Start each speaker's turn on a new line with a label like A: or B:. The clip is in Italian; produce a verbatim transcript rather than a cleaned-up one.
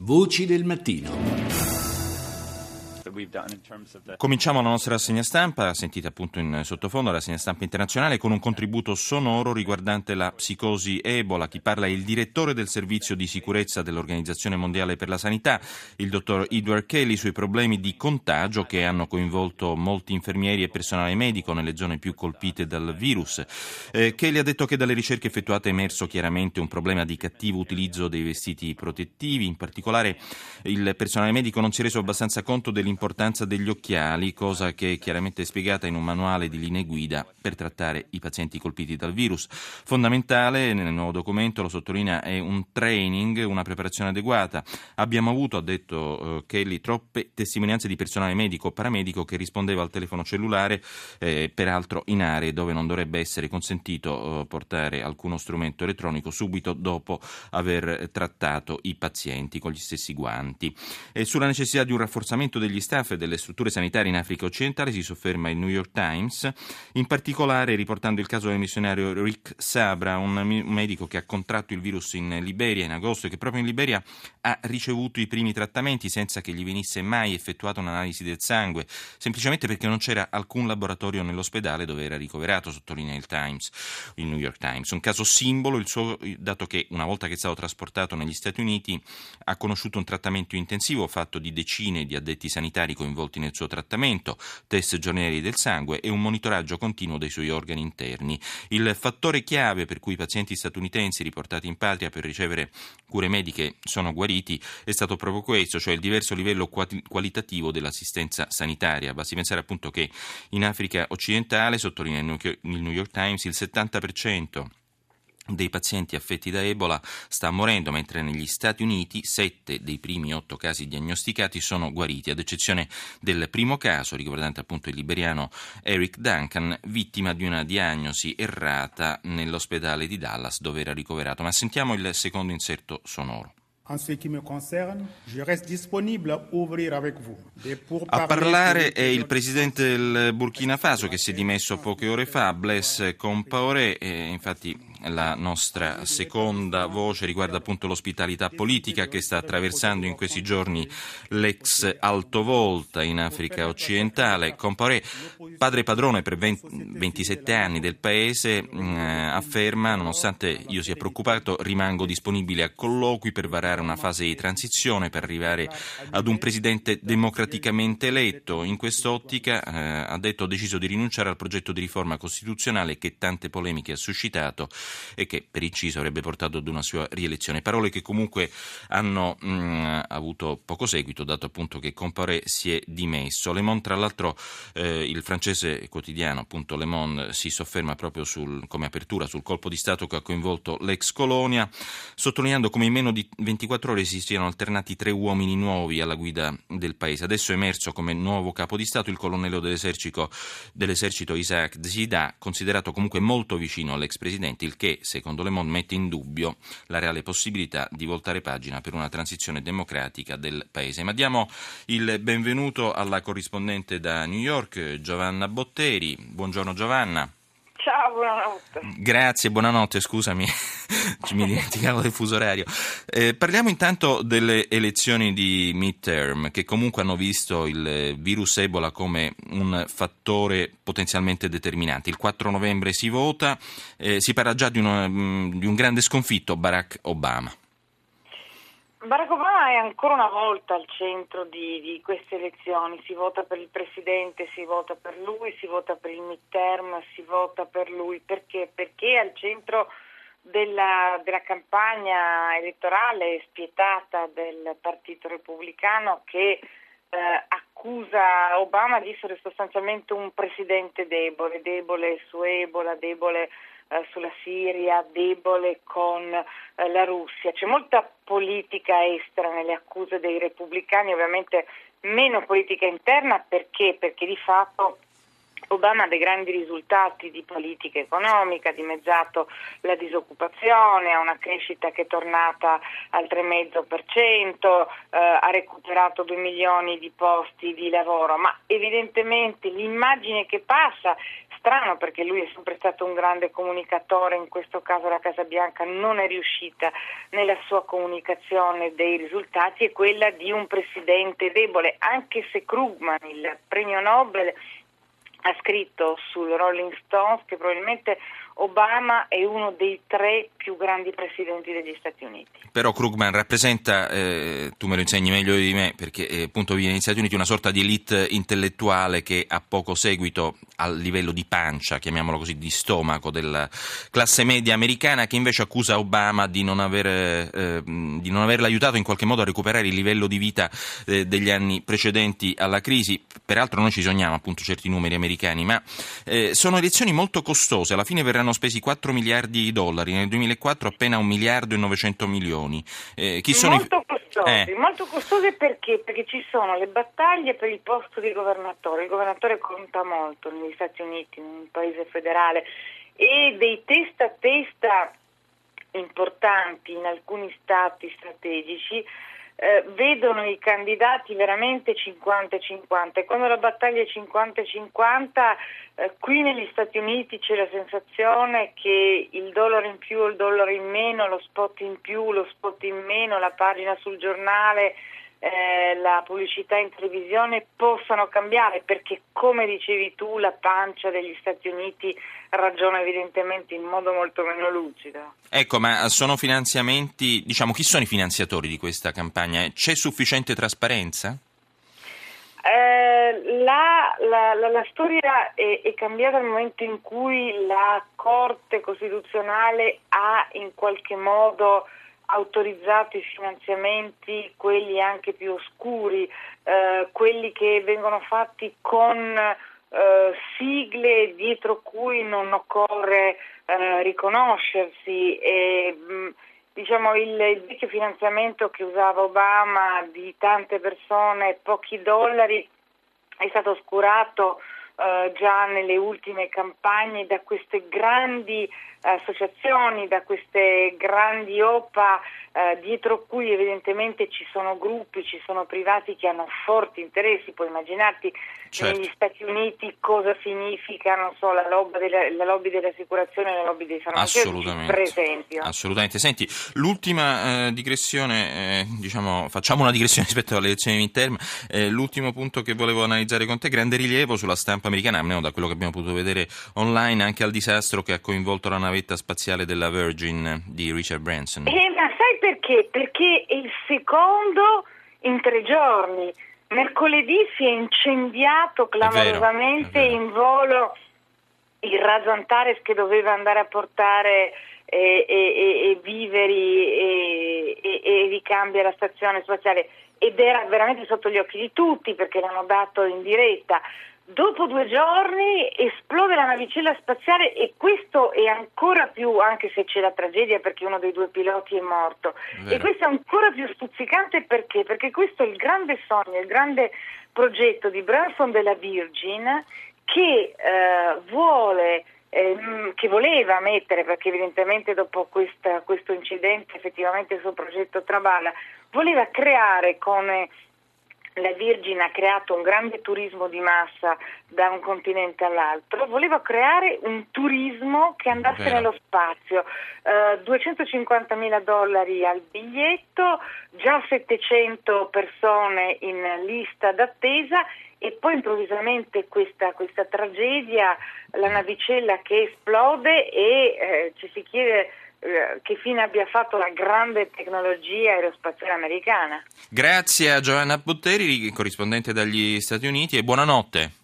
A: Voci del mattino.
B: Cominciamo la nostra rassegna stampa, sentite appunto in sottofondo la rassegna stampa internazionale, con un contributo sonoro riguardante la psicosi Ebola. Chi parla è il direttore del servizio di sicurezza dell'Organizzazione Mondiale per la Sanità, il dottor Edward Kelly, sui problemi di contagio che hanno coinvolto molti infermieri e personale medico nelle zone più colpite dal virus. Eh, Kelly ha detto che dalle ricerche effettuate è emerso chiaramente un problema di cattivo utilizzo dei vestiti protettivi. In particolare il personale medico non si è reso abbastanza conto dell'importanza degli occhiali, cosa che è chiaramente spiegata in un manuale di linee guida per trattare i pazienti colpiti dal virus. Fondamentale nel nuovo documento, lo sottolinea, è un training, una preparazione adeguata. Abbiamo avuto, ha detto uh, Kelly, troppe testimonianze di personale medico o paramedico che rispondeva al telefono cellulare, eh, peraltro in aree dove non dovrebbe essere consentito uh, portare alcuno strumento elettronico subito dopo aver trattato i pazienti con gli stessi guanti. E sulla necessità di un rafforzamento degli staff e delle strutture sanitarie in Africa occidentale si sofferma il New York Times, in particolare riportando il caso del missionario Rick Sabra, un medico che ha contratto il virus in Liberia in agosto e che proprio in Liberia ha ricevuto i primi trattamenti senza che gli venisse mai effettuata un'analisi del sangue, semplicemente perché non c'era alcun laboratorio nell'ospedale dove era ricoverato, sottolinea il Times, il New York Times. Un caso simbolo, il suo, dato che una volta che è stato trasportato negli Stati Uniti ha conosciuto un trattamento intensivo fatto di decine di addetti sanitari coinvolti nel suo trattamento, test giornalieri del sangue e un monitoraggio continuo dei suoi organi interni. Il fattore chiave per cui i pazienti statunitensi riportati in patria per ricevere cure mediche sono guariti è stato proprio questo, cioè il diverso livello qualitativo dell'assistenza sanitaria. Basti pensare appunto che in Africa occidentale, sottolinea il New York Times, il settanta per cento dei pazienti affetti da Ebola sta morendo, mentre negli Stati Uniti sette dei primi otto casi diagnosticati sono guariti, ad eccezione del primo caso riguardante appunto il liberiano Eric Duncan, vittima di una diagnosi errata nell'ospedale di Dallas dove era ricoverato. Ma sentiamo il secondo inserto sonoro.
C: En ce qui me concerne, je reste disponible a ouvrir avec vous.
B: A parlare è il presidente del Burkina Faso che si è dimesso poche ore fa, Blaise Compaoré, e infatti la nostra seconda voce riguarda appunto l'ospitalità politica che sta attraversando in questi giorni l'ex Alto Volta in Africa occidentale. Compaoré, padre padrone per venti, ventisette anni del paese, mh, afferma: nonostante io sia preoccupato, rimango disponibile a colloqui per varare una fase di transizione per arrivare ad un presidente democraticamente eletto. In quest'ottica, eh, ha detto, ho deciso di rinunciare al progetto di riforma costituzionale che tante polemiche ha suscitato e che per inciso avrebbe portato ad una sua rielezione. Parole che comunque hanno mh, avuto poco seguito, dato appunto che Compaoré si è dimesso. Le Monde, tra l'altro, eh, il francese quotidiano appunto Le Monde si sofferma proprio sul, come apertura sul colpo di Stato che ha coinvolto l'ex colonia, sottolineando come in meno di ventiquattro ore si siano alternati tre uomini nuovi alla guida del paese. Adesso è emerso come nuovo capo di Stato il colonnello dell'esercito, dell'esercito Isaac Zida, considerato comunque molto vicino all'ex presidente, il che, secondo Le Monde, mette in dubbio la reale possibilità di voltare pagina per una transizione democratica del paese. Ma diamo il benvenuto alla corrispondente da New York, Giovanna Botteri. Buongiorno Giovanna.
D: Ciao, buonanotte.
B: Grazie, buonanotte, scusami, mi dimenticavo del fuso orario. Eh, parliamo intanto delle elezioni di midterm, che comunque hanno visto il virus Ebola come un fattore potenzialmente determinante. Il quattro novembre si vota, eh, si parla già di, una, di un grande sconfitto, Barack Obama.
D: Barack Obama è ancora una volta al centro di, di queste elezioni. Si vota per il presidente, si vota per lui, si vota per il midterm, si vota per lui. Perché? Perché è al centro della, della campagna elettorale spietata del Partito Repubblicano che eh, accusa Obama di essere sostanzialmente un presidente debole, debole su Ebola, debole sulla Siria, debole con eh, la Russia. C'è molta politica estera nelle accuse dei repubblicani, ovviamente meno politica interna. Perché? Perché di fatto Obama ha dei grandi risultati di politica economica, ha dimezzato la disoccupazione, ha una crescita che è tornata al tre virgola cinque per cento, eh, ha recuperato due milioni di posti di lavoro, ma evidentemente l'immagine che passa, strano perché lui è sempre stato un grande comunicatore, in questo caso la Casa Bianca non è riuscita nella sua comunicazione dei risultati, è quella di un presidente debole, anche se Krugman, il premio Nobel, ha scritto sul Rolling Stones che probabilmente Obama è uno dei tre più grandi presidenti degli Stati Uniti.
B: Però Krugman rappresenta, eh, tu me lo insegni meglio di me, perché eh, appunto vive negli Stati Uniti, una sorta di elite intellettuale che ha poco seguito a livello di pancia, chiamiamolo così, di stomaco della classe media americana, che invece accusa Obama di non aver, eh, di non averla aiutato in qualche modo a recuperare il livello di vita eh, degli anni precedenti alla crisi. Peraltro noi ci sogniamo appunto certi numeri americani, ma eh, sono elezioni molto costose, alla fine verranno spesi quattro miliardi di dollari, nel duemilaquattro appena un miliardo e novecento milioni. Eh, chi sono
D: molto
B: i...
D: costose,
B: eh.
D: molto costose perché? Perché ci sono le battaglie per il posto di governatore, il governatore conta molto negli Stati Uniti, in un paese federale, e dei testa a testa importanti in alcuni stati strategici Eh, vedono i candidati veramente cinquanta e cinquanta, e quando la battaglia è cinquanta e cinquanta eh, qui negli Stati Uniti c'è la sensazione che il dollaro in più o il dollaro in meno, lo spot in più, lo spot in meno, la pagina sul giornale, eh, la pubblicità in televisione possano cambiare, perché come dicevi tu la pancia degli Stati Uniti ragiona evidentemente in modo molto meno lucido.
B: Ecco, ma sono finanziamenti, diciamo, chi sono i finanziatori di questa campagna? C'è sufficiente trasparenza?
D: Eh, la, la, la, la storia è, è cambiata nel momento in cui la Corte Costituzionale ha in qualche modo autorizzato i finanziamenti, quelli anche più oscuri, eh, quelli che vengono fatti con Uh, sigle dietro cui non occorre uh, riconoscersi, e mh, diciamo il, il vecchio finanziamento che usava Obama di tante persone, pochi dollari, è stato oscurato uh, già nelle ultime campagne da queste grandi associazioni, da queste grandi O P A, eh, dietro cui evidentemente ci sono gruppi, ci sono privati che hanno forti interessi. Puoi immaginarti
B: certo.
D: negli Stati Uniti cosa significa, non so, la lobby della, la lobby delle assicurazioni e la lobby dei farmaceutici, per esempio.
B: Assolutamente. Senti, l'ultima eh, digressione, eh, diciamo, facciamo una digressione rispetto alle elezioni midterm, eh, l'ultimo punto che volevo analizzare con te, grande rilievo sulla stampa americana, almeno da quello che abbiamo potuto vedere online, anche al disastro che ha coinvolto la navetta spaziale della Virgin di Richard Branson.
D: Eh, ma sai perché? Perché è il secondo in tre giorni. Mercoledì si è incendiato clamorosamente in volo il razzo Antares che doveva andare a portare eh, e, e, e viveri e, e, e ricambi alla stazione spaziale, ed era veramente sotto gli occhi di tutti perché l'hanno dato in diretta. Dopo due giorni esplode la navicella spaziale, e questo è ancora più, anche se c'è la tragedia perché uno dei due piloti è morto, Vero. E questo è ancora più stuzzicante perché? Perché questo è il grande sogno, il grande progetto di Branson della Virgin, che eh, vuole, eh, che voleva mettere, perché evidentemente dopo questa, questo incidente effettivamente il suo progetto traballa, voleva creare con... Eh, la Virgin ha creato un grande turismo di massa da un continente all'altro, voleva creare un turismo che andasse Vero. nello spazio, uh, duecentocinquantamila dollari al biglietto, già settecento persone in lista d'attesa, e poi improvvisamente questa, questa tragedia, la navicella che esplode, e eh, ci si chiede che fine abbia fatto la grande tecnologia aerospaziale americana.
B: Grazie a Giovanna Botteri, corrispondente dagli Stati Uniti, e buonanotte.